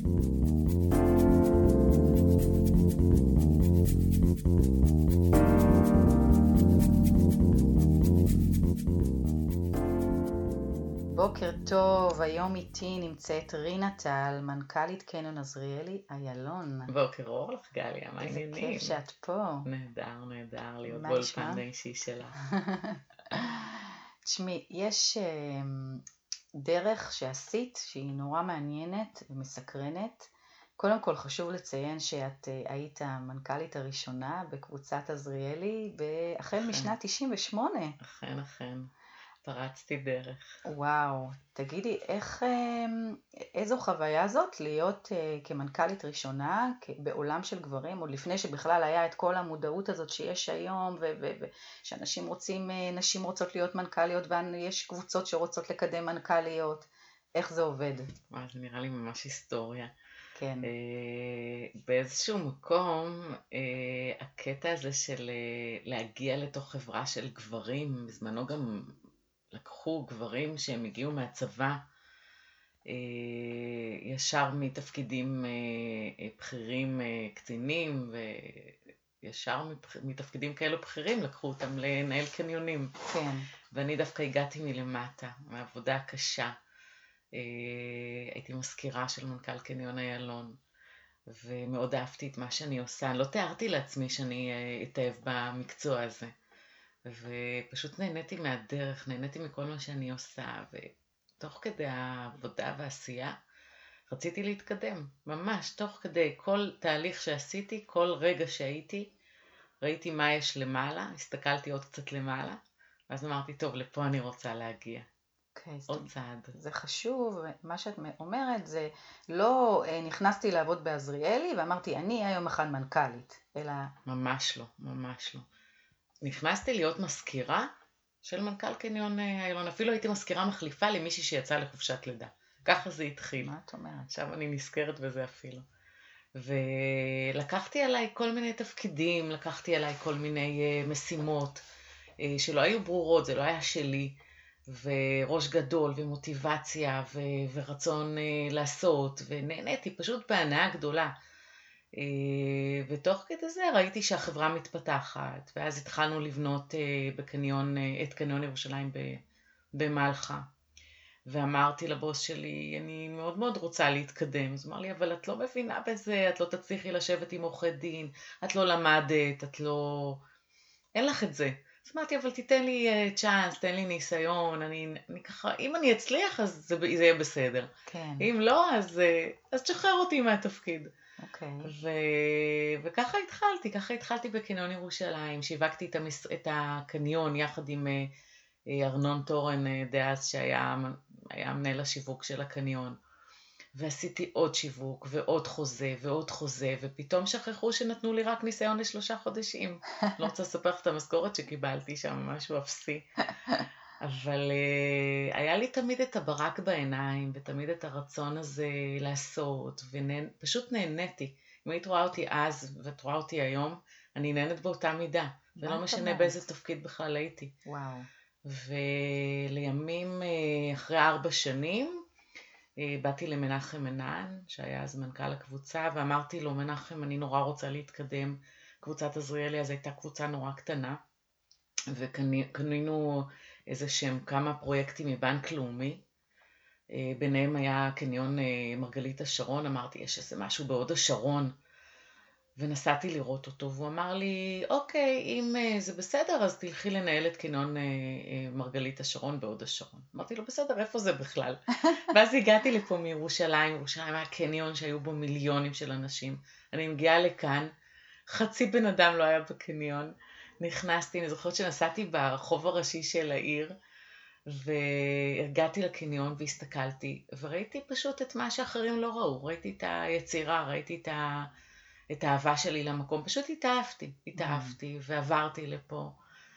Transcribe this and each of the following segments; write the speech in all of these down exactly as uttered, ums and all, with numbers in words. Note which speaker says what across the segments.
Speaker 1: בוקר טוב, היום איתי נמצאת רינה טל, מנכ"לית קניון עזריאלי איילון.
Speaker 2: בוקר אור לך גליה, מה
Speaker 1: איזה
Speaker 2: העניינים?
Speaker 1: כיף שאת פה.
Speaker 2: נהדר, נהדר, להיות
Speaker 1: מה
Speaker 2: באולפן
Speaker 1: נשמע?
Speaker 2: האישי שלך.
Speaker 1: תשמעי, יש אה, דרך שעשית שהיא נורא מעניינת ומסקרנת. קודם כל חשוב לציין שאת אה, היית המנכ"לית הראשונה בקבוצת עזריאלי החל
Speaker 2: אכן.
Speaker 1: משנת תשעים ושמונה.
Speaker 2: אכן, אכן, פרצתי דרך.
Speaker 1: וואו, תגידי, איך, אה, איזו חוויה זאת להיות אה, כמנכ"לית ראשונה כ- בעולם של גברים, עוד לפני שבכלל היה את כל המודעות הזאת שיש היום, ו- ו- ו- שאנשים רוצים, אה, נשים רוצות להיות מנכ"ליות, ויש קבוצות שרוצות לקדם מנכ"ליות, איך זה עובד?
Speaker 2: וואי, זה נראה לי ממש היסטוריה.
Speaker 1: כן,
Speaker 2: אה, באיזשהו מקום, אה, הקטע הזה של אה, להגיע לתוך חברה של גברים, בזמנו גם לקחו גברים שהם הגיעו מהצבא, אה, ישר מתפקידים אה, אה, בכירים, אה, קצינים, וישר מפח- מתפקידים כאלו בכירים לקחו אותם לנהל קניונים.
Speaker 1: כן,
Speaker 2: ואני דווקא הגעתי מלמטה, מהעבודה הקשה. אה, הייתי מזכירה של מנכ"ל קניון איילון, ומאוד אהבתי את מה שאני עושה. אני לא תיארתי לעצמי שאני אה, אתאהב במקצוע הזה. ופשוט נהניתי מהדרך, נהניתי מכל מה שאני עושה, ותוך כדי העבודה והעשייה רציתי להתקדם, ממש תוך כדי כל תהליך שעשיתי, כל רגע שהייתי, ראיתי מה יש למעלה, הסתכלתי עוד קצת למעלה, ואז אמרתי, טוב, לפה אני רוצה להגיע,
Speaker 1: אוקיי, זאת
Speaker 2: עוד
Speaker 1: אומרת,
Speaker 2: צעד.
Speaker 1: זה חשוב, מה שאת אומרת זה לא אה, נכנסתי לעבוד בעזריאלי ואמרתי אני היום אחד מנכ"לית, אלא
Speaker 2: ממש לא, ממש לא. נכנסתי להיות מזכירה של מנכ"ל קניון אה, איילון, אפילו הייתי מזכירה מחליפה למישהי שיצאה לחופשת לידה. ככה זה התחיל.
Speaker 1: מה את אומרת?
Speaker 2: עכשיו אני נזכרת בזה אפילו. ולקחתי עליי כל מיני תפקידים, לקחתי עליי כל מיני uh, משימות uh, שלא היו ברורות, זה לא היה שלי, וראש גדול ומוטיבציה ו- ורצון uh, לעשות, ונהניתי פשוט בהנאה גדולה. Uh, ותוך כדי זה ראיתי שהחברה מתפתחת, ואז התחלנו לבנות uh, בקניון, uh, את קניון ירושלים ב- במלחה. ואמרתי לבוס שלי, אני מאוד מאוד רוצה להתקדם. אז הוא אמר לי, אבל את לא מבינה בזה, את לא תצליחי לשבת עם עורכי דין, את לא למדת, את לא... אין לך את זה. אז אמרתי, אבל תיתן לי uh, צ'אנס, תן לי ניסיון, אני, אני ככה, אם אני אצליח אז זה, זה יהיה בסדר.
Speaker 1: כן,
Speaker 2: אם לא, אז, uh, אז תשחרר אותי מהתפקיד.
Speaker 1: אוקיי.
Speaker 2: ו... וככה התחלתי, ככה התחלתי בקניון ירושלים, שיווקתי את, המס... את הקניון יחד עם uh, ארנון תורן uh, דאז שהיה היה מנהל השיווק של הקניון, ועשיתי עוד שיווק ועוד חוזה ועוד חוזה, ופתאום שכחו שנתנו לי רק ניסיון לשלושה חודשים. לא רוצה לספר לך את המשכורת שקיבלתי שם, משהו אפסי. אבל uh, היה לי תמיד את הברק בעיניים, ותמיד את הרצון הזה לעשות, ופשוט נהניתי. אם היית רואה אותי אז, ואת רואה אותי היום, אני נהנית באותה מידה, ולא משנה באיזה תפקיד בכלל הייתי.
Speaker 1: וואו.
Speaker 2: ולימים אחרי ארבע שנים באתי למנחם מנן שהיה אז מנכ"ל הקבוצה, ואמרתי לו, מנחם, אני נורא רוצה להתקדם. קבוצת עזריאלי אז הייתה קבוצה נורא קטנה, וקנינו איזה שהם כמה פרויקטים מבנק לאומי, ביניהם היה קניון מרגלית השרון. אמרתי, יש איזה משהו בהוד השרון, ונסעתי לראות אותו, והוא אמר לי, אוקיי, אם זה בסדר, אז תלכי לנהל את קניון מרגלית השרון בהוד השרון. אמרתי לו, בסדר, איפה זה בכלל? ואז הגעתי לפה מירושלים, ירושלים היה קניון שהיו בו מיליונים של אנשים. אני מגיעה לכאן, חצי בן אדם לא היה בקניון, נכנסתי, אני זוכרת שנסעתי ברחוב הראשי של העיר, והגעתי לקניון והסתכלתי, וראיתי פשוט את מה שאחרים לא ראו, ראיתי את היצירה, ראיתי את ה... את האהבה שלי למקום, פשוט התאהבתי, התאהבתי ועברתי לפה,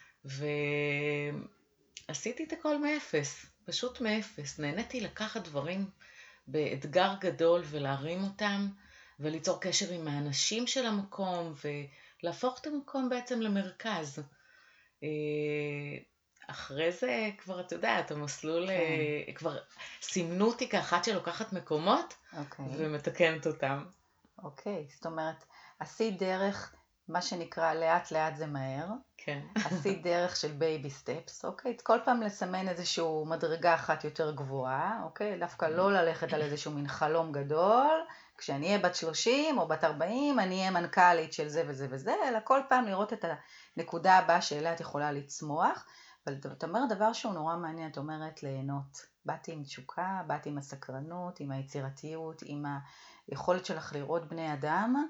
Speaker 2: ועשיתי את הכל מאפס, פשוט מאפס. נהניתי לקחת דברים באתגר גדול ולהרים אותם, וליצור קשר עם האנשים של המקום, ולהפוך את המקום בעצם למרכז. אחרי זה כבר, את יודעת, המסלול,
Speaker 1: כן.
Speaker 2: אה, כבר סימנו אותי כאחת שלוקחת מקומות
Speaker 1: אוקיי.
Speaker 2: ומתקנת אותם.
Speaker 1: אוקיי, זאת אומרת, עשית דרך, מה שנקרא לאט לאט זה מהר,
Speaker 2: כן.
Speaker 1: עשית דרך של בייבי סטפס, אוקיי? כל פעם לסמן איזשהו מדרגה אחת יותר גבוהה, אוקיי? דווקא לא ללכת על איזשהו מין חלום גדול, כשאני אהיה בת שלושים או בת ארבעים, אני אהיה מנכ"לית של זה וזה וזה, אלא כל פעם לראות את הנקודה הבאה שאליה את יכולה לצמוח. אבל את אומרת דבר שהוא נורא מעניין, את אומרת ליהנות. באתי עם תשוקה, באתי עם הסקרנות, עם היצירתיות, עם היכולת שלך לראות בני אדם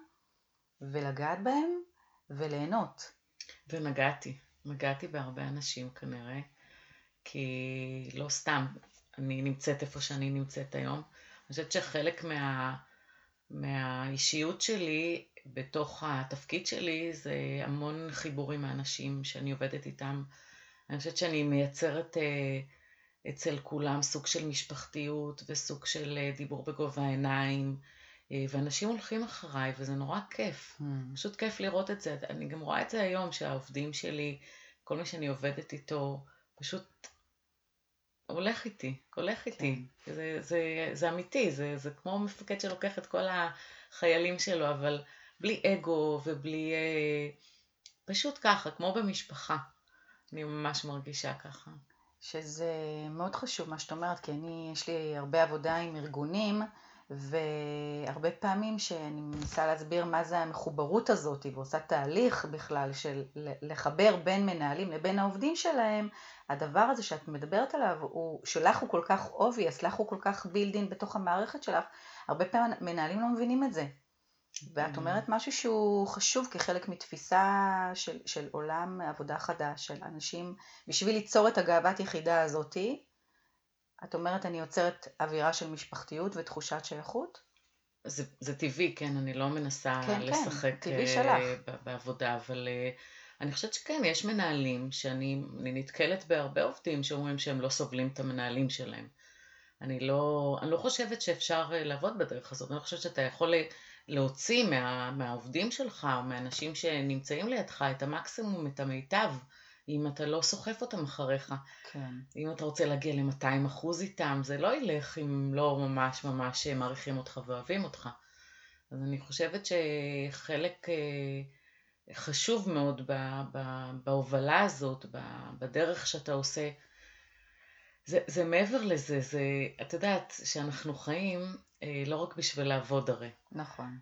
Speaker 1: ולגעת בהם וליהנות.
Speaker 2: ונגעתי, נגעתי בהרבה אנשים כנראה, כי לא סתם אני נמצאת איפה שאני נמצאת היום. אני חושבת שחלק מה, מהאישיות שלי בתוך התפקיד שלי זה המון חיבורים מהאנשים שאני עובדת איתם. אני חושבת שאני מייצרת אה, אצל כולם סוג של משפחתיות וסוג של אה, דיבור בגובה העיניים, אה, ואנשים הולכים אחריי וזה נורא כיף.
Speaker 1: Hmm.
Speaker 2: פשוט כיף לראות את זה. אני גם רואה את זה היום שהעובדים שלי, כל מי שאני עובדת איתו, פשוט הולך איתי, הולך איתי.
Speaker 1: כן.
Speaker 2: זה, זה, זה אמיתי, זה, זה כמו מפקד שלוקח את כל החיילים שלו, אבל בלי אגו ובלי... אה, פשוט ככה, כמו במשפחה. אני ממש מרגישה ככה.
Speaker 1: שזה מאוד חשוב מה שאת אומרת, כי אני, יש לי הרבה עבודה עם ארגונים, והרבה פעמים שאני מנסה להסביר מה זה המחוברות הזאת, ועושה תהליך בכלל של לחבר בין מנהלים לבין העובדים שלהם, הדבר הזה שאת מדברת עליו, הוא, שלך הוא כל כך obvious, לך הוא כל כך built-in בתוך המערכת שלך, הרבה פעמים מנהלים לא מבינים את זה. ואת אומרת משהו שהוא חשוב כחלק מתפיסה של, של עולם עבודה חדש, של אנשים, בשביל ליצור את הגאוות יחידה הזאתי, את אומרת אני יוצרת אווירה של משפחתיות ותחושת שייכות?
Speaker 2: זה, זה טבעי, כן, אני לא מנסה
Speaker 1: כן,
Speaker 2: לשחק
Speaker 1: כן, טבעי שלך.
Speaker 2: ב- בעבודה, אבל אני חושבת שכן, יש מנהלים שאני אני נתקלת בהרבה עובדים שאומרים שהם לא סובלים את המנהלים שלהם. אני לא, אני לא חושבת שאפשר לעבוד בדרך הזאת, אני חושבת שאתה יכול להוציא מה, מהעובדים שלך או מהאנשים שנמצאים לידך את המקסימום, את המיטב, אם אתה לא סוחף אותם אחריך.
Speaker 1: כן.
Speaker 2: אם אתה רוצה להגיע ל-מאתיים אחוז איתם, זה לא ילך אם לא ממש ממש מעריכים אותך ואוהבים אותך. אז אני חושבת שחלק חשוב מאוד ב- ב- בהובלה הזאת, ב- בדרך שאתה עושה, זה, זה מעבר לזה, זה, את יודעת שאנחנו חיים אה, לא רק בשביל לעבוד הרי.
Speaker 1: נכון.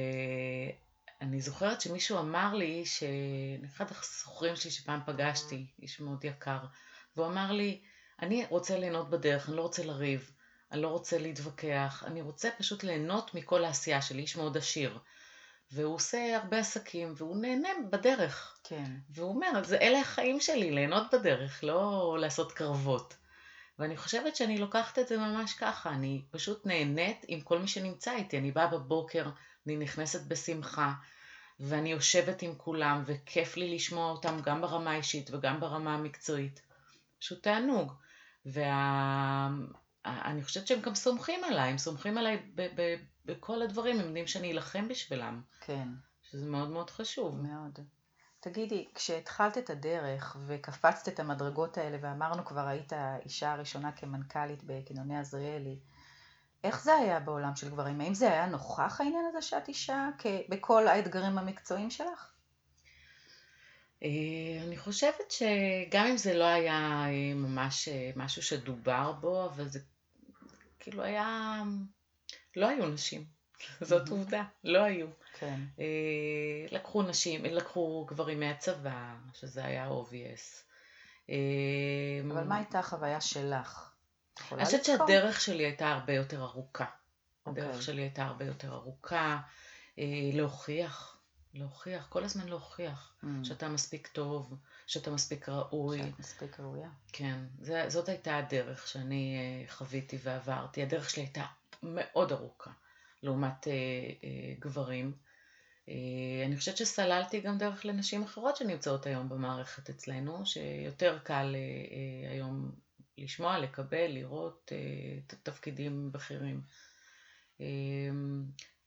Speaker 2: ואני זוכרת שמישהו אמר לי, שאחד הסוחרים שלי שפעם פגשתי, איש מאוד יקר, והוא אמר לי, אני רוצה ליהנות בדרך, אני לא רוצה לריב, אני לא רוצה להתווכח, אני רוצה פשוט ליהנות מכל העשייה שלי, איש מאוד עשיר. והוא עושה הרבה עסקים, והוא נהנה בדרך.
Speaker 1: כן.
Speaker 2: והוא אומר, זה אלה החיים שלי, ליהנות בדרך, לא לעשות קרבות. ואני חושבת שאני לוקחת את זה ממש ככה, אני פשוט נהנית עם כל מי שנמצא איתי, אני באה בבוקר, אני נכנסת בשמחה, ואני יושבת עם כולם, וכיף לי לשמוע אותם גם ברמה האישית וגם ברמה המקצועית. פשוט תענוג. ואני חושבת שהם גם סומכים עליי, הם סומכים עליי ב- ב- בכל הדברים, הם יודעים שאני אלחם בשבילם.
Speaker 1: כן.
Speaker 2: שזה מאוד מאוד חשוב.
Speaker 1: מאוד. תגידי, כשהתחלת את הדרך וקפצת את המדרגות האלה ואמרנו כבר היית האישה הראשונה כמנכ"לית בקניוני עזריאלי, איך זה היה בעולם של גברים? האם זה היה נוכח העניין הזה שאת אישה בכל האתגרים המקצועיים שלך?
Speaker 2: אני חושבת שגם אם זה לא היה ממש משהו שדובר בו, אבל זה כאילו היה, לא היו נשים, זאת עובדה, לא היו.
Speaker 1: כן.
Speaker 2: לקחו נשים, לקחו גברים מהצבא, שזה היה obvious.
Speaker 1: אבל מה הייתה החוויה שלך?
Speaker 2: אני חושבת שהדרך שלי הייתה הרבה יותר ארוכה. הדרך
Speaker 1: אוקיי.
Speaker 2: שלי הייתה הרבה יותר ארוכה, להוכיח, להוכיח, כל הזמן להוכיח,
Speaker 1: Mm.
Speaker 2: שאתה מספיק טוב, שאתה מספיק ראוי.
Speaker 1: שאת מספיק ראויה.
Speaker 2: כן, זה, זאת הייתה הדרך שאני uh, חוויתי ועברתי. הדרך שלי הייתה מאוד ארוכה, לעומת uh, uh, גברים. Uh, אני חושבת שסללתי גם דרך לנשים אחרות שנמצאות היום במערכת אצלנו, שיותר קל uh, uh, היום לשמוע, לקבל, לראות uh, תפקידים בכירים. Uh,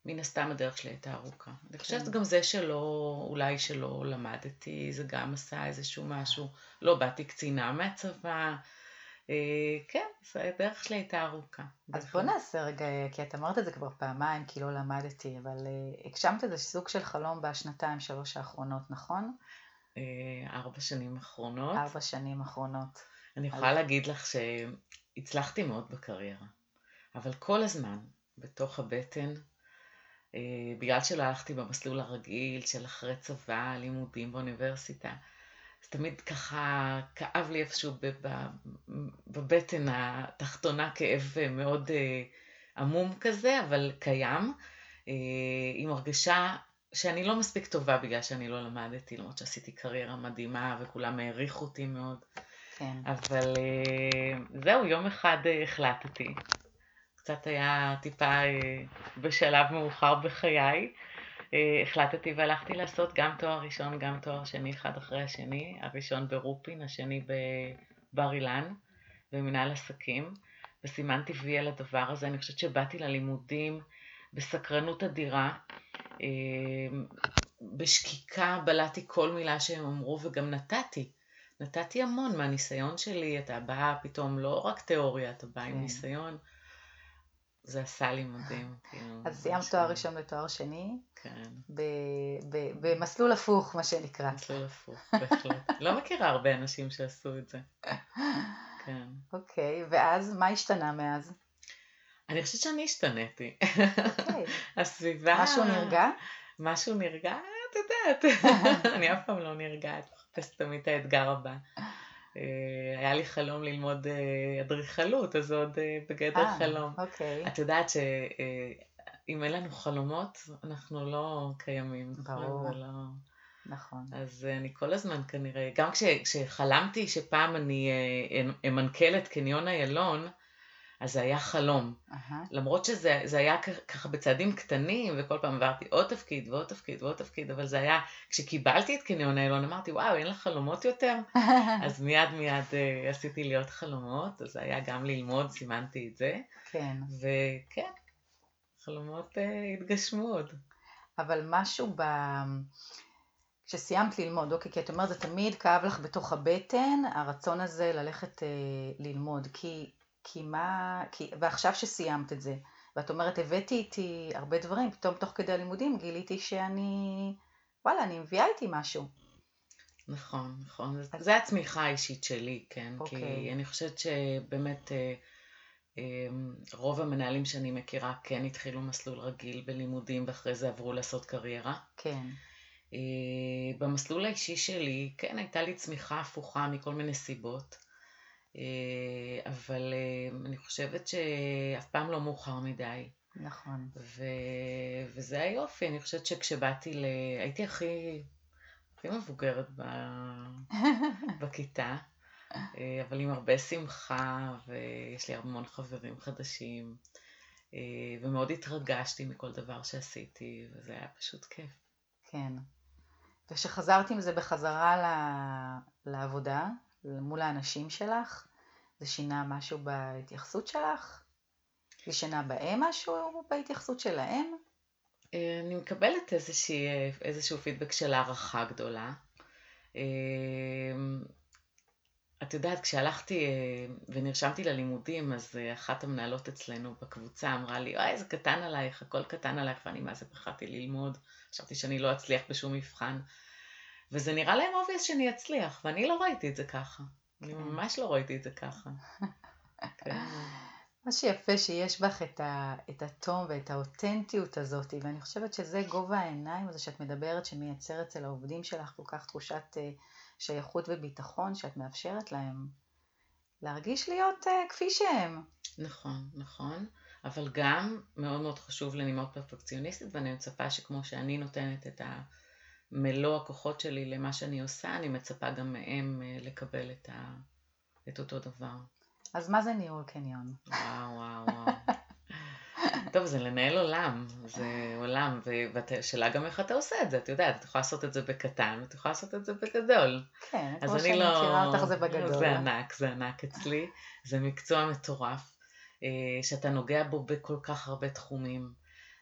Speaker 2: מן הסתם הדרך שלי הייתה ארוכה. אני חושבת גם זה שלא, אולי שלא למדתי, זה גם עשה איזשהו משהו, לא באתי קצינה מהצבא, כן, הדרך שלי הייתה ארוכה.
Speaker 1: אז בוא נעשה רגע, כי את אמרת את זה כבר פעמיים, כי לא למדתי, אבל הגשמת איזה סוג של חלום בשנתיים, שלוש האחרונות, נכון?
Speaker 2: ארבע שנים אחרונות.
Speaker 1: ארבע שנים אחרונות.
Speaker 2: אני יכולה להגיד לך שהצלחתי מאוד בקריירה, אבל כל הזמן, בתוך הבטן, בגלל שלא הלכתי במסלול הרגיל של אחרי צבא, לימודים באוניברסיטה, אז תמיד ככה כאב לי איפשהו בבטן התחתונה, כאב מאוד עמום כזה, אבל קיים, עם הרגשה שאני לא מספיק טובה בגלל שאני לא למדתי, למרות שעשיתי קריירה מדהימה וכולם העריכו אותי מאוד.
Speaker 1: כן.
Speaker 2: אבל זהו, יום אחד החלטתי. קצת היה טיפה בשלב מאוחר בחיי. החלטתי והלכתי לעשות גם תואר ראשון, גם תואר שני, אחד אחרי השני. הראשון ברופין, השני בבר אילן, במנהל עסקים. וסימנתי וי על הדבר הזה. אני חושבת שבאתי ללימודים בסקרנות אדירה. בשקיקה בלעתי כל מילה שהם אמרו וגם נתתי. נתתי המון מהניסיון שלי, אתה בא פתאום לא רק תיאוריה, אתה בא עם ניסיון. זה עשה לי מדהים.
Speaker 1: אז סיימת תואר ראשון לתואר שני?
Speaker 2: כן.
Speaker 1: במסלול הפוך, מה שנקרא.
Speaker 2: מסלול הפוך, בהחלט. לא מכירה הרבה אנשים שעשו את זה. כן.
Speaker 1: אוקיי, ואז מה השתנה מאז?
Speaker 2: אני חושבת שאני השתניתי.
Speaker 1: אוקיי.
Speaker 2: הסביבה...
Speaker 1: משהו נרגע?
Speaker 2: משהו נרגע? את יודעת. אני אף פעם לא נרגעת, מחפשת תמיד את האתגר הבא. היה לי חלום ללמוד אדריכלות, אז עוד בגדר חלום.
Speaker 1: אוקיי.
Speaker 2: את יודעת שאם אין לנו חלומות, אנחנו לא קיימים.
Speaker 1: ברור. נכון.
Speaker 2: אז אני כל הזמן כנראה, גם כשחלמתי שפעם אני אמנכ"לת קניון איילון, אז זה היה חלום. Uh-huh. למרות שזה היה ככה בצעדים קטנים, וכל פעם עברתי עוד תפקיד ועוד תפקיד ועוד תפקיד, אבל זה היה, כשקיבלתי את קניון איילון, אמרתי, וואו, אין לך חלומות יותר? אז מיד מיד uh, עשיתי להיות חלומות, אז זה היה גם ללמוד, סימנתי את זה.
Speaker 1: כן.
Speaker 2: וכן, חלומות uh, התגשמו עוד.
Speaker 1: אבל משהו ב... כשסיימת ללמוד, אוקיי, כי את אומרת, זה תמיד כאב לך בתוך הבטן, הרצון הזה ללכת uh, ללמוד, כי... כי מה, כי, ועכשיו שסיימת את זה, ואת אומרת, הבאתי איתי הרבה דברים, פתאום תוך כדי הלימודים גיליתי שאני, וואלה, אני מביאה איתי משהו.
Speaker 2: נכון, נכון. אז... זה הצמיחה האישית שלי, כן.
Speaker 1: אוקיי.
Speaker 2: כי אני חושבת שבאמת רוב המנהלים שאני מכירה כן התחילו מסלול רגיל בלימודים, ואחרי זה עברו לעשות קריירה.
Speaker 1: כן.
Speaker 2: במסלול האישי שלי, כן, הייתה לי צמיחה הפוכה מכל מיני סיבות. אבל אני חושבת שאף פעם לא מאוחר מדי.
Speaker 1: נכון.
Speaker 2: ו... וזה היופי, אני חושבת שכשבאתי ל... הייתי הכי, הכי מבוגרת ב... בכיתה, אבל עם הרבה שמחה, ויש לי המון חברים חדשים, ומאוד התרגשתי מכל דבר שעשיתי, וזה היה פשוט כיף.
Speaker 1: כן. וכשחזרתי עם זה בחזרה ל... לעבודה, מול האנשים שלך, זה שינה משהו בהתייחסות שלך? זה שינה בהם משהו בהתייחסות שלהם?
Speaker 2: אני מקבלת איזושהי, איזשהו פידבק של הערכה גדולה. את יודעת, כשהלכתי ונרשמתי ללימודים, אז אחת המנהלות אצלנו בקבוצה אמרה לי, אוי, זה קטן עלייך, הכל קטן עלייך, ואני מה זה פחדתי ללמוד. חשבתי שאני לא אצליח בשום מבחן. וזה נראה להם obvious שאני אצליח, ואני לא ראיתי את זה ככה. אני ממש לא ראיתי את זה ככה.
Speaker 1: מה שיפה שיש בך את, ה, את התום ואת האותנטיות הזאת, ואני חושבת שזה גובה העיניים הזה שאת מדברת, שמייצר אצל העובדים שלך כל כך תחושת שייכות וביטחון, שאת מאפשרת להם להרגיש להיות כפי שהם.
Speaker 2: נכון, נכון. אבל גם מאוד מאוד חשוב לי, אני מאוד פרפקציוניסטית, ואני מצפה שכמו שאני נותנת את ה... מלוא הכוחות שלי למה שאני עושה, אני מצפה גם מהם לקבל את, ה... את אותו דבר.
Speaker 1: אז מה זה ניהול קניון?
Speaker 2: וואו, וואו, וואו. טוב, זה לנהל עולם, זה עולם, והשאלה גם איך אתה עושה את זה, את יודעת, את יכולה לעשות את זה בקטן, את יכולה לעשות את זה בגדול.
Speaker 1: כן, כמו שאני מכירה אותך זה בגדול.
Speaker 2: זה ענק, זה ענק אצלי, זה מקצוע מטורף, שאתה נוגע בו בכל כך הרבה תחומים.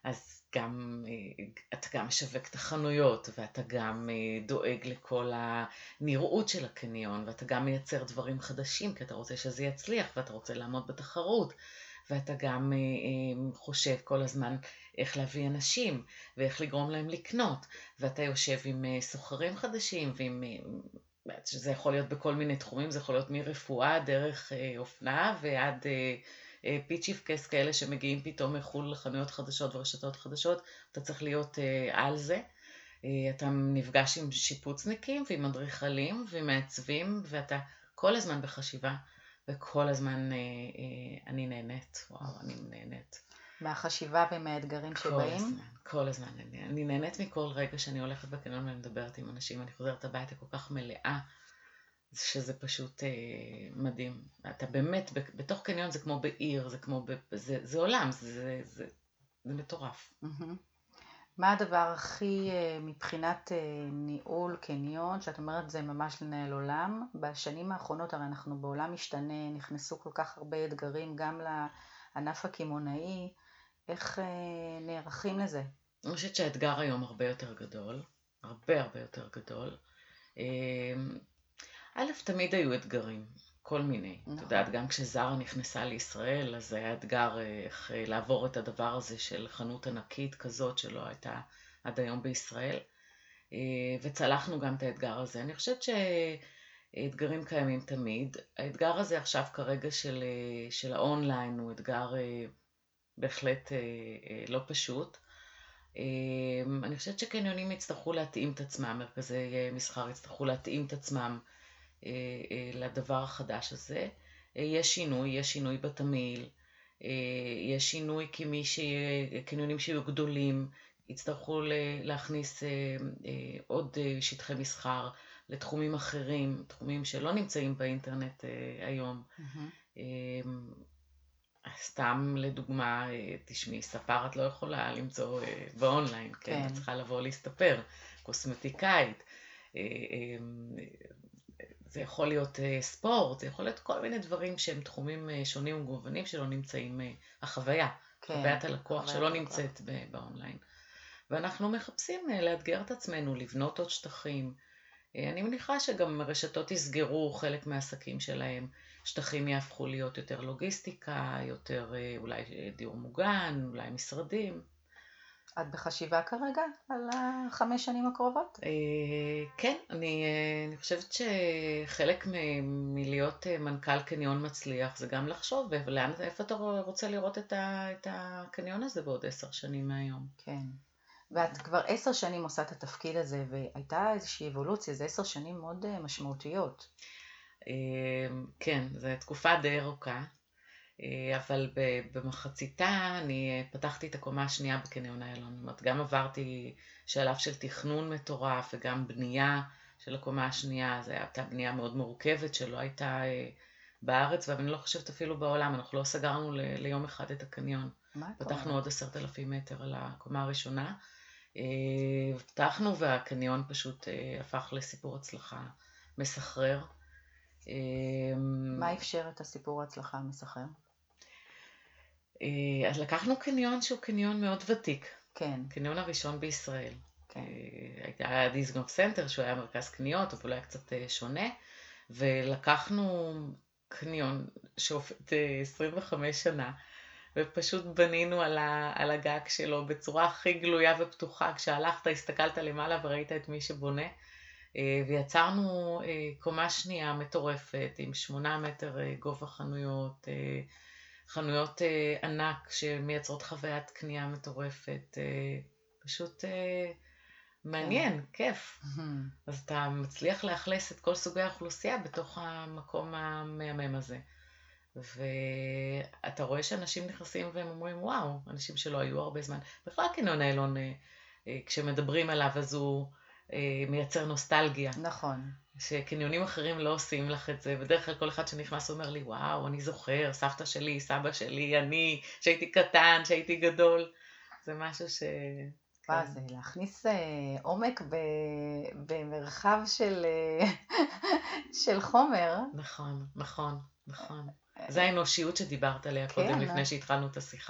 Speaker 2: אז גם, אתה גם משווק את החנויות, ואתה גם דואג לכל הנראות של הקניון, ואתה גם מייצר דברים חדשים, כי אתה רוצה שזה יצליח, ואתה רוצה לעמוד בתחרות, ואתה גם חושב כל הזמן איך להביא אנשים, ואיך לגרום להם לקנות, ואתה יושב עם סוחרים חדשים, ועם, שזה יכול להיות בכל מיני תחומים, זה יכול להיות מרפואה, דרך אופנה, ועד פיצ'יפקס כאלה שמגיעים פתאום מחול לחנויות חדשות ורשתות חדשות, אתה צריך להיות על זה. אתה נפגש עם שיפוצניקים ועם מדריכלים ועם מעצבים, ואתה כל הזמן בחשיבה, וכל הזמן אני נהנית, וואו, אני נהנית.
Speaker 1: מהחשיבה ומהאתגרים שבאים?
Speaker 2: כל הזמן, כל הזמן. אני, אני נהנית מכל רגע שאני הולכת בקניון ואני מדברת עם אנשים, אני חוזרת הביתה כל כך מלאה, שזה פשוט אה, מדהים. אתה באמת, בתוך קניון זה כמו בעיר, זה כמו, ב, זה, זה עולם, זה, זה, זה, זה מטורף.
Speaker 1: Mm-hmm. מה הדבר הכי, מבחינת ניהול קניון, שאת אומרת זה ממש לנהל עולם? בשנים האחרונות הרי אנחנו בעולם משתנה, נכנסו כל כך הרבה אתגרים גם לענף הקמעונאי, איך נערכים לזה?
Speaker 2: אני חושבת שהאתגר היום הרבה יותר גדול, הרבה הרבה יותר גדול. א', תמיד היו אתגרים, כל מיני. נכון. את יודעת, גם כשזרה נכנסה לישראל, אז היה אתגר איך לעבור את הדבר הזה של חנות ענקית כזאת שלא הייתה עד היום בישראל. וצלחנו גם את האתגר הזה. אני חושבת שאתגרים קיימים תמיד. האתגר הזה עכשיו כרגע של, של האונליין הוא אתגר בהחלט לא פשוט. אני חושבת שקניונים יצטרכו להתאים את עצמם, מרכזי מסחר יצטרכו להתאים את עצמם לדבר החדש הזה. יש שינוי, יש שינוי בתמהיל, יש שינוי כי מי שקניונים שיהיו גדולים יצטרכו להכניס עוד שטחי מסחר לתחומים אחרים, תחומים שלא נמצאים באינטרנט היום. Mm-hmm. סתם לדוגמה, תשמעי, ספר את לא יכולה למצוא באונליין, כן? כן. את צריכה לבוא להסתפר, קוסמטיקאית, זה יכול להיות ספורט, זה יכול להיות כל מיני דברים שהם תחומים שונים ומגוונים שלא נמצאים, החוויה, כן, חוויית הלקוח שלא נמצאת באונליין. ואנחנו מחפשים לאתגר את עצמנו, לבנות עוד שטחים. אני מניחה שגם רשתות יסגרו חלק מהעסקים שלהם, שטחים יהפכו להיות יותר לוגיסטיקה, יותר אולי דיור מוגן, אולי משרדים.
Speaker 1: את בחשיבה כרגע על החמש שנים הקרובות?
Speaker 2: כן, אני, אני חושבת שחלק מ- מלהיות מנכ"ל קניון מצליח זה גם לחשוב ולאן, איפה אתה רוצה לראות את, ה, את הקניון הזה בעוד עשר שנים מהיום.
Speaker 1: כן, ואת כבר עשר שנים עושה את התפקיד הזה והייתה איזושהי אבולוציה, זה עשר שנים מאוד משמעותיות.
Speaker 2: כן, זו תקופה די ארוכה. אבל במחציתה אני פתחתי את הקומה השנייה בקניון איילון. זאת אומרת, גם עברתי שלב של תכנון מטורף וגם בנייה של הקומה השנייה. זו הייתה בנייה מאוד מורכבת שלא הייתה בארץ, ואני לא חושבת אפילו בעולם. אנחנו לא סגרנו ל- ליום אחד את הקניון. פתחנו עוד עשרת אלפים מטר על הקומה הראשונה. פתחנו והקניון פשוט הפך לסיפור הצלחה מסחרר.
Speaker 1: מה אפשר את הסיפור ההצלחה המסחרר?
Speaker 2: אז לקחנו קניון שהוא קניון מאוד ותיק.
Speaker 1: כן.
Speaker 2: קניון הראשון בישראל. כן. היה דיסקונט סנטר שהוא היה מרכז קניות, אבל היה קצת שונה. ולקחנו קניון שעובד עשרים וחמש שנה, ופשוט בנינו על, ה, על הגג שלו בצורה הכי גלויה ופתוחה. כשהלכת, הסתכלת למעלה וראית את מי שבונה. ויצרנו קומה שנייה מטורפת עם שמונה מטר גובה חנויות, חנויות ענק שמייצרות חוויית קנייה מטורפת, פשוט מעניין, כיף. אז אתה מצליח לאכלס את כל סוגי האוכלוסייה בתוך המקום המהמם הזה. ואתה רואה שאנשים נכנסים והם אומרים וואו, אנשים שלא היו הרבה זמן. בכלל קניון איילון, כשמדברים עליו אז הוא מייצר נוסטלגיה.
Speaker 1: נכון.
Speaker 2: שקניונים אחרים לא עושים לך את זה. בדרך כלל כל אחד שנכנס אומר לי, וואו, אני זוכר, סבתא שלי, סבא שלי, אני, שהייתי קטן, שהייתי גדול. זה משהו ש...
Speaker 1: וואו, זה להכניס עומק במרחב של, של חומר.
Speaker 2: נכון, נכון, נכון. זה האנושיות שדיברת עליה קודם, לפני שהתחלנו את השיחה.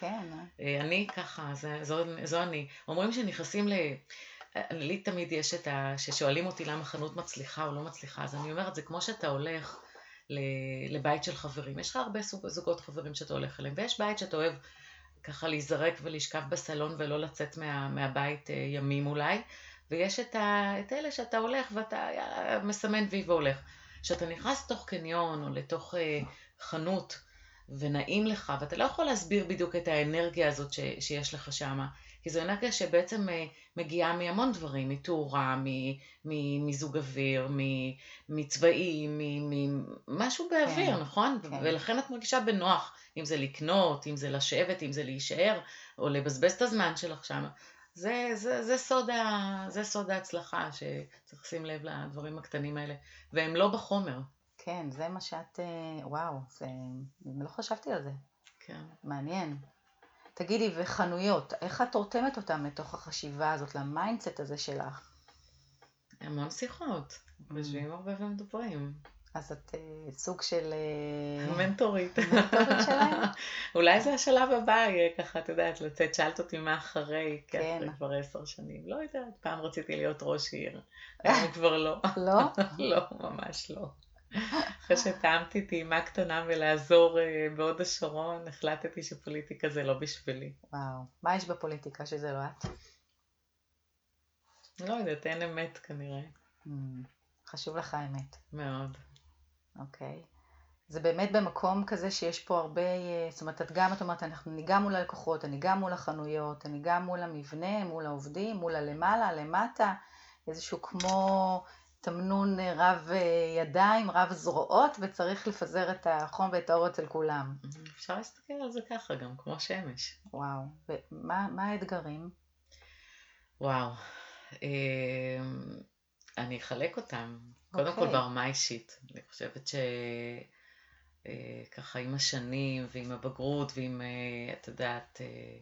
Speaker 1: כן.
Speaker 2: אני ככה, זה, זו, זו אני. אומרים שנכנסים ל... לי תמיד יש את ה... ששואלים אותי למה חנות מצליחה או לא מצליחה, אז אני אומרת, זה כמו שאתה הולך לבית של חברים. יש לך הרבה זוגות חברים שאתה הולך אליהם, ויש בית שאתה אוהב ככה להיזרק ולשכב בסלון ולא לצאת מה, מהבית ימים אולי, ויש את, ה, את אלה שאתה הולך ואתה מסמן וי והולך. כשאתה נכנס לתוך קניון או לתוך חנות ונעים לך, ואתה לא יכול להסביר בדיוק את האנרגיה הזאת ש, שיש לך שם, כי זו אנרגיה שבעצם מגיעה מהמון דברים, מתאורה, מזוג אוויר, מצבעים, משהו באוויר, כן, נכון? כן. ולכן את מרגישה בנוח, אם זה לקנות, אם זה לשבת, אם זה להישאר, או לבזבז את הזמן שלך שם. זה, זה, זה סוד ה, זה סוד ההצלחה, שצריך לשים לב לדברים הקטנים האלה, והם לא בחומר.
Speaker 1: כן, זה מה שאת, וואו, זה, לא חשבתי על זה. כן. מעניין. תגידי, וחנויות, איך את רותמת אותם לתוך החשיבה הזאת, למיינדסט הזה שלך?
Speaker 2: המון שיחות, יושבים הרבה ומדברים.
Speaker 1: אז את uh, סוג של... Uh,
Speaker 2: מנטורית.
Speaker 1: מנטורית שלהם?
Speaker 2: אולי זה השלב הבא, יהיה ככה, את יודעת, לצאת, שאלת אותי מה אחרי,
Speaker 1: כן.
Speaker 2: כי אחרי כבר עשר שנים. לא יודעת, פעם רציתי להיות ראש עיר, היום כבר לא.
Speaker 1: לא?
Speaker 2: לא, ממש לא. אחרי שטעמתי טעימה קטנה ולעזור uh, בעוד השרון, החלטתי שפוליטיקה זה לא בשבילי.
Speaker 1: וואו, מה יש בפוליטיקה שזה לא את?
Speaker 2: לא יודעת, אין אמת כנראה.
Speaker 1: Mm, חשוב לך האמת.
Speaker 2: מאוד.
Speaker 1: אוקיי. זה באמת במקום כזה שיש פה הרבה, זאת אומרת, את גם, את אומרת, אני גם מול הלקוחות, אני גם מול החנויות, אני גם מול המבנה, מול העובדים, מול הלמעלה, הלמטה, איזשהו כמו תמנון רב ידיים, רב זרועות, וצריך לפזר את החום ואת האור אצל כולם.
Speaker 2: אפשר להסתכל על זה ככה גם, כמו שמש.
Speaker 1: וואו, ומה מה האתגרים?
Speaker 2: וואו, אני אחלק אותם. קודם כל ברמה אישית. אני חושבת שככה עם השנים ועם הבגרות ועם, את יודעת,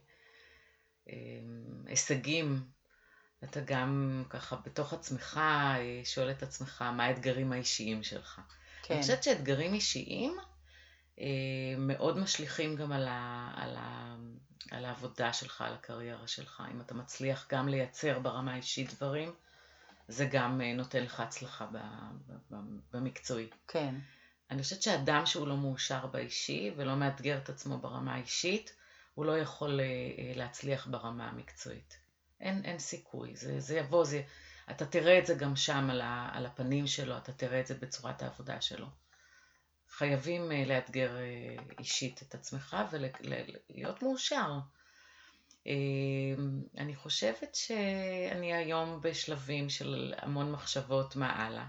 Speaker 2: הישגים, אתה גם ככה בתוך עצמך שואל את עצמך מה האתגרים האישיים שלך. כן. אני חושבת שאתגרים אישיים מאוד משליכים גם על, ה, על, ה, על העבודה שלך, על הקריירה שלך. אם אתה מצליח גם לייצר ברמה האישית דברים, זה גם נותן לך הצלחה במקצועי.
Speaker 1: כן.
Speaker 2: אני חושבת שאדם שהוא לא מאושר באישי ולא מאתגר את עצמו ברמה האישית, הוא לא יכול להצליח ברמה המקצועית. אין, אין סיכוי, זה, זה יבוא, זה, אתה תראה את זה גם שם על, ה, על הפנים שלו, אתה תראה את זה בצורת העבודה שלו. חייבים לאתגר אישית את עצמך ולהיות מאושר. אני חושבת שאני היום בשלבים של המון מחשבות מה הלאה.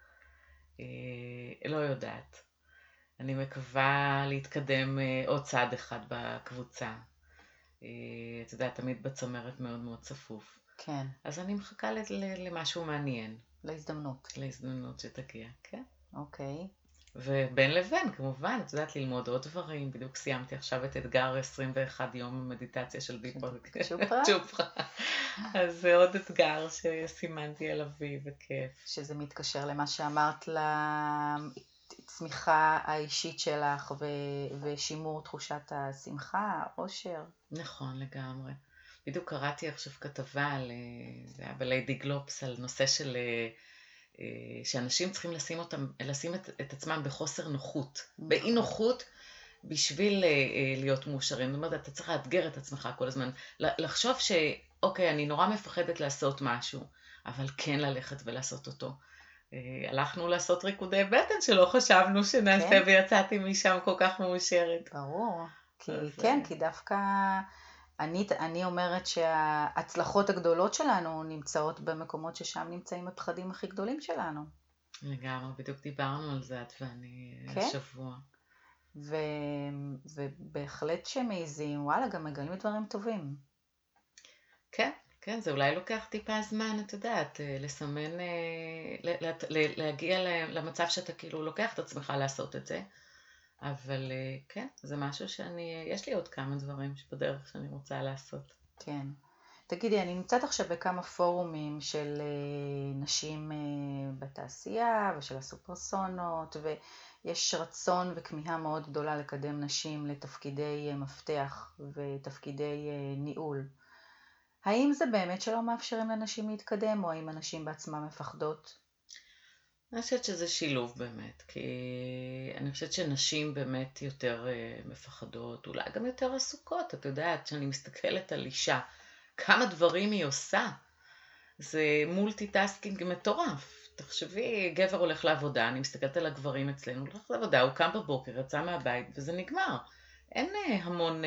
Speaker 2: לא יודעת. אני מקווה להתקדם עוד צעד אחד בקבוצה. את יודעת, תמיד בצמרת מאוד מאוד צפוף.
Speaker 1: כן.
Speaker 2: אז אני מחכה למשהו מעניין.
Speaker 1: להזדמנות.
Speaker 2: להזדמנות שתגיע, כן.
Speaker 1: אוקיי.
Speaker 2: ובין לבין, כמובן, את יודעת, ללמוד עוד דברים. בדיוק סיימתי עכשיו את אתגר עשרים ואחד יום מדיטציה של דיפוק.
Speaker 1: צ'ופרה?
Speaker 2: צ'ופרה. אז זה עוד אתגר שסימנתי עליו וי וכיף.
Speaker 1: שזה מתקשר למה שאמרת לצמיחה האישית שלך ו- ושימור תחושת השמחה, האושר.
Speaker 2: נכון, לגמרי. בדיוק קראתי עכשיו כתבה על, זה היה בליידי גלובס, על נושא של... שאנשים צריכים לשים, אותם, לשים את, את עצמם בחוסר נוחות, באי נוחות בשביל להיות מאושרים. זאת אומרת, אתה צריך לאתגר את עצמך כל הזמן, לחשוב שאוקיי, אני נורא מפחדת לעשות משהו, אבל כן ללכת ולעשות אותו. הלכנו לעשות ריקודי בטן שלא חשבנו שנעשה, כן? ויצאתי משם כל כך מאושרת.
Speaker 1: ברור, כי, כן, כי דווקא... אני, אני אומרת שההצלחות הגדולות שלנו נמצאות במקומות ששם נמצאים הפחדים הכי גדולים שלנו.
Speaker 2: לגמרי, בדיוק דיברנו על זה, את ואני
Speaker 1: כן?
Speaker 2: השבוע.
Speaker 1: ו, ובהחלט שמעיזים, וואלה, גם מגלים דברים טובים.
Speaker 2: כן, כן, זה אולי לוקח טיפה זמן, את יודעת, לסמן, להגיע למצב שאתה כאילו לוקח את עצמך לעשות את זה. אבל כן, זה משהו שאני, יש לי עוד כמה דברים בדרך שאני רוצה לעשות.
Speaker 1: כן. תגידי, אני נמצאת עכשיו בכמה פורומים של נשים בתעשייה ושל הסופרסונות, יש רצון וכמיהה מאוד גדולה לקדם נשים לתפקידי מפתח ותפקידי ניהול. האם זה באמת שלא מאפשרים לנשים להתקדם, או האם הנשים בעצמן מפחדות?
Speaker 2: אני חושבת שזה שילוב באמת, כי אני חושבת שנשים באמת יותר מפחדות, אולי גם יותר עסוקות. את יודעת, כשאני מסתכלת על אישה, כמה דברים היא עושה, זה מולטיטאסקינג מטורף. תחשבי, גבר הולך לעבודה, אני מסתכלת על הגברים אצלנו, הוא הולך לעבודה, הוא קם בבוקר, יצא מהבית, וזה נגמר. אין המון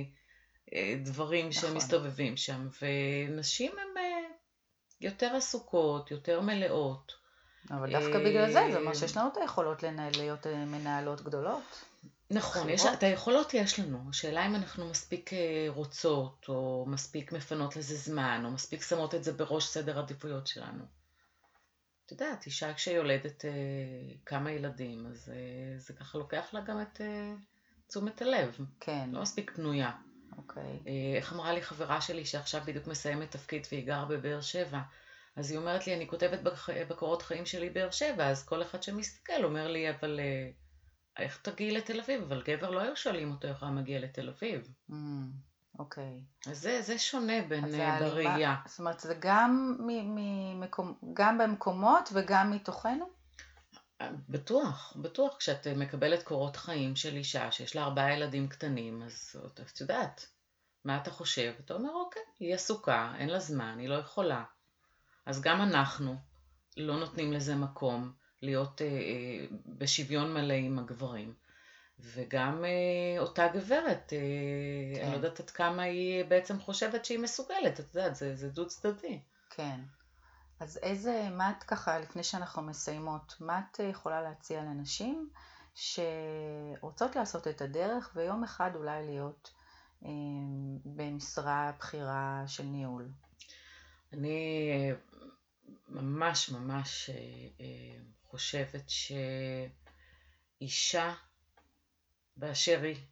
Speaker 2: דברים נכון. שמסתובבים שם, ונשים הן יותר עסוקות, יותר מלאות.
Speaker 1: אבל דווקא בגלל זה, זה אומר שיש לנו את היכולות לנהל, להיות מנהלות גדולות.
Speaker 2: נכון, יש, את היכולות יש לנו. השאלה אם אנחנו מספיק רוצות, או מספיק מפנות לזה זמן, או מספיק שמות את זה בראש סדר עדיפויות שלנו. את יודעת, אישה כשיולדת אה, כמה ילדים, אז אה, זה ככה לוקח לה גם את אה, תשומת הלב.
Speaker 1: כן.
Speaker 2: לא מספיק פנויה.
Speaker 1: אוקיי.
Speaker 2: אה, איך אמרה לי חברה שלי שעכשיו בדיוק מסיימת תפקיד והיא גרה בבאר שבע, אז היא אומרת לי, אני כותבת בקורות חיים שלי באר שבע, אז כל אחד שמסתכל אומר לי, אבל אה, איך תגיעי לתל אביב? אבל גבר לא היו שואלים אותו איך הוא מגיע לתל אביב.
Speaker 1: Mm. אוקיי.
Speaker 2: אז זה, זה שונה בין בראייה.
Speaker 1: זאת אומרת, זה גם, ממקום, גם במקומות וגם מתוכנו?
Speaker 2: בטוח, בטוח. כשאת מקבלת קורות חיים של אישה שיש לה ארבעה ילדים קטנים, אז את יודעת, מה אתה חושב? אתה אומר, אוקיי, היא עסוקה, אין לה זמן, היא לא יכולה. אז גם אנחנו לא נותנים לזה מקום להיות אה, אה, בשוויון מלא עם הגברים. וגם אה, אותה גברת, אה, כן. אני לא יודעת עד כמה היא בעצם חושבת שהיא מסוגלת, את יודעת, זה, זה דו צדדי.
Speaker 1: כן. אז איזה, מה את ככה, לפני שאנחנו מסיימות, מה את יכולה להציע לנשים שרוצות לעשות את הדרך ויום אחד אולי להיות אה, במשרה בחירה של ניהול?
Speaker 2: אני ממש ממש אה, אה, חושבת שאישה באשר היא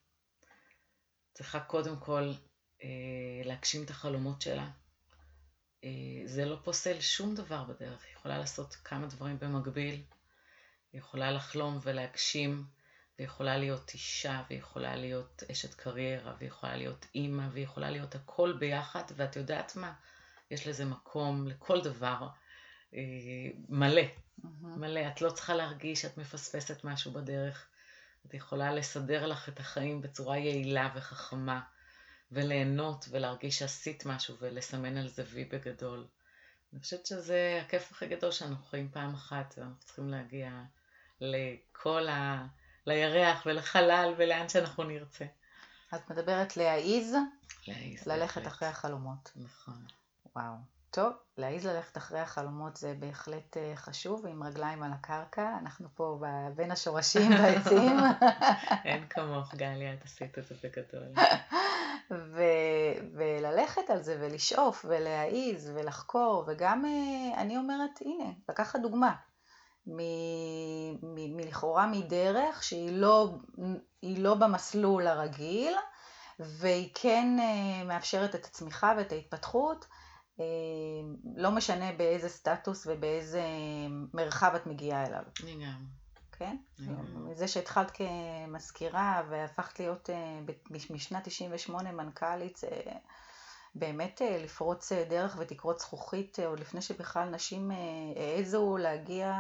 Speaker 2: צריכה קודם כל אה, להגשים את החלומות שלה. אה, זה לא פוסל שום דבר בדרך, היא יכולה לעשות כמה דברים במקביל, היא יכולה לחלום ולהגשים, והיא יכולה להיות אישה, והיא יכולה להיות אשת קריירה, והיא יכולה להיות אימא, והיא יכולה להיות הכל ביחד, ואת יודעת מה? יש לזה מקום לכל דבר אה, מלא, mm-hmm. מלא. את לא צריכה להרגיש שאת מפספסת משהו בדרך, את יכולה לסדר לך את החיים בצורה יעילה וחכמה, וליהנות ולהרגיש שעשית משהו ולסמן על זה וי בגדול. אני חושבת שזה הכיף הכי גדול שאנחנו חיים פעם אחת, ואנחנו צריכים להגיע לכל ה... לירח ולחלל ולאן שאנחנו נרצה.
Speaker 1: את מדברת להעיז,
Speaker 2: להעיז
Speaker 1: ללכת
Speaker 2: בהחלט.
Speaker 1: אחרי החלומות.
Speaker 2: נכון.
Speaker 1: וואו. טוב, להעיז ללכת אחרי החלומות זה בהחלט חשוב, עם רגליים על הקרקע, אנחנו פה בין השורשים בעצים.
Speaker 2: אין כמוך גליה, את עשית את זה בגדול.
Speaker 1: ו- וללכת על זה ולשאוף ולהעיז ולחקור, וגם אני אומרת, הנה, לקחת דוגמה, מ- מ- מלכאורה מדרך שהיא לא, היא לא במסלול הרגיל, והיא כן מאפשרת את הצמיחה ואת ההתפתחות, לא משנה באיזה סטטוס ובאיזה מרחב את מגיעה אליו.
Speaker 2: לגמרי.
Speaker 1: כן? מזה שהתחלת כמזכירה והפכת להיות משנת תשעים ושמונה מנכ"לית, באמת לפרוץ דרך ותקרות זכוכית, עוד לפני שבכלל נשים העזו להגיע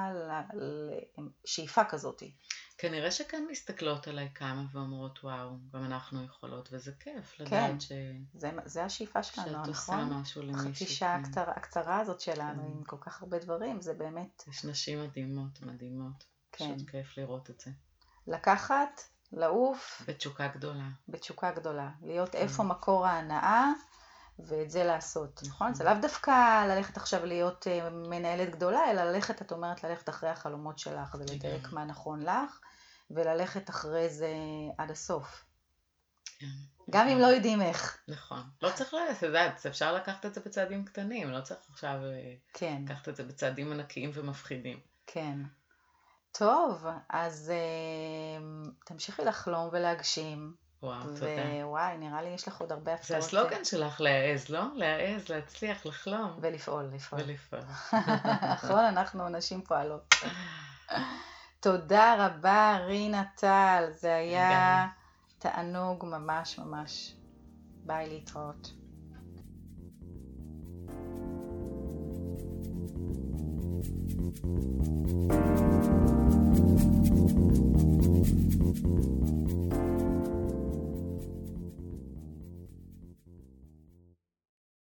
Speaker 1: לשאיפה כזאת.
Speaker 2: כנראה שכאן מסתכלות עליי כמה ואומרות, וואו, גם אנחנו יכולות, וזה כיף לדעת
Speaker 1: כן,
Speaker 2: ש...
Speaker 1: זה, זה השאיפה שלנו,
Speaker 2: שאת
Speaker 1: נכון?
Speaker 2: עושה משהו למישהו.
Speaker 1: חצי שעה
Speaker 2: כן.
Speaker 1: הקצרה, הקצרה הזאת שלנו,
Speaker 2: כן.
Speaker 1: עם כל כך הרבה דברים, זה באמת...
Speaker 2: יש נשים מדהימות, מדהימות.
Speaker 1: כן.
Speaker 2: פשוט כיף לראות את זה.
Speaker 1: לקחת, לעוף.
Speaker 2: בתשוקה גדולה.
Speaker 1: בתשוקה גדולה. להיות
Speaker 2: כן.
Speaker 1: איפה מקור ההנאה, ואת זה לעשות, נכון? זה לאו דווקא ללכת עכשיו להיות מנהלת גדולה, אלא ללכת, את אומרת, ללכת אחרי החלומות שלך, ולדייק מה נכון לך, וללכת אחרי זה עד הסוף.
Speaker 2: כן.
Speaker 1: גם אם לא יודעים איך.
Speaker 2: נכון. לא צריך לדעת, אפשר לקחת את זה בצעדים קטנים, לא צריך עכשיו
Speaker 1: כן.
Speaker 2: לקחת את זה בצעדים ענקיים ומפחידים.
Speaker 1: כן. טוב, אז uh, תמשיכי לחלום ולהגשים.
Speaker 2: וואו, תודה.
Speaker 1: ווואי, נראה לי יש לך עוד הרבה הפתעות.
Speaker 2: זה הסלוגן שלך, להעז, לא? להעז, להצליח, לחלום.
Speaker 1: ולפעול, לפעול.
Speaker 2: ולפעול.
Speaker 1: נכון, אנחנו נשים פועלות. תודה רבה רינה טל, זה היה
Speaker 2: גם
Speaker 1: תענוג ממש ממש. ביי, להתראות. Thank you.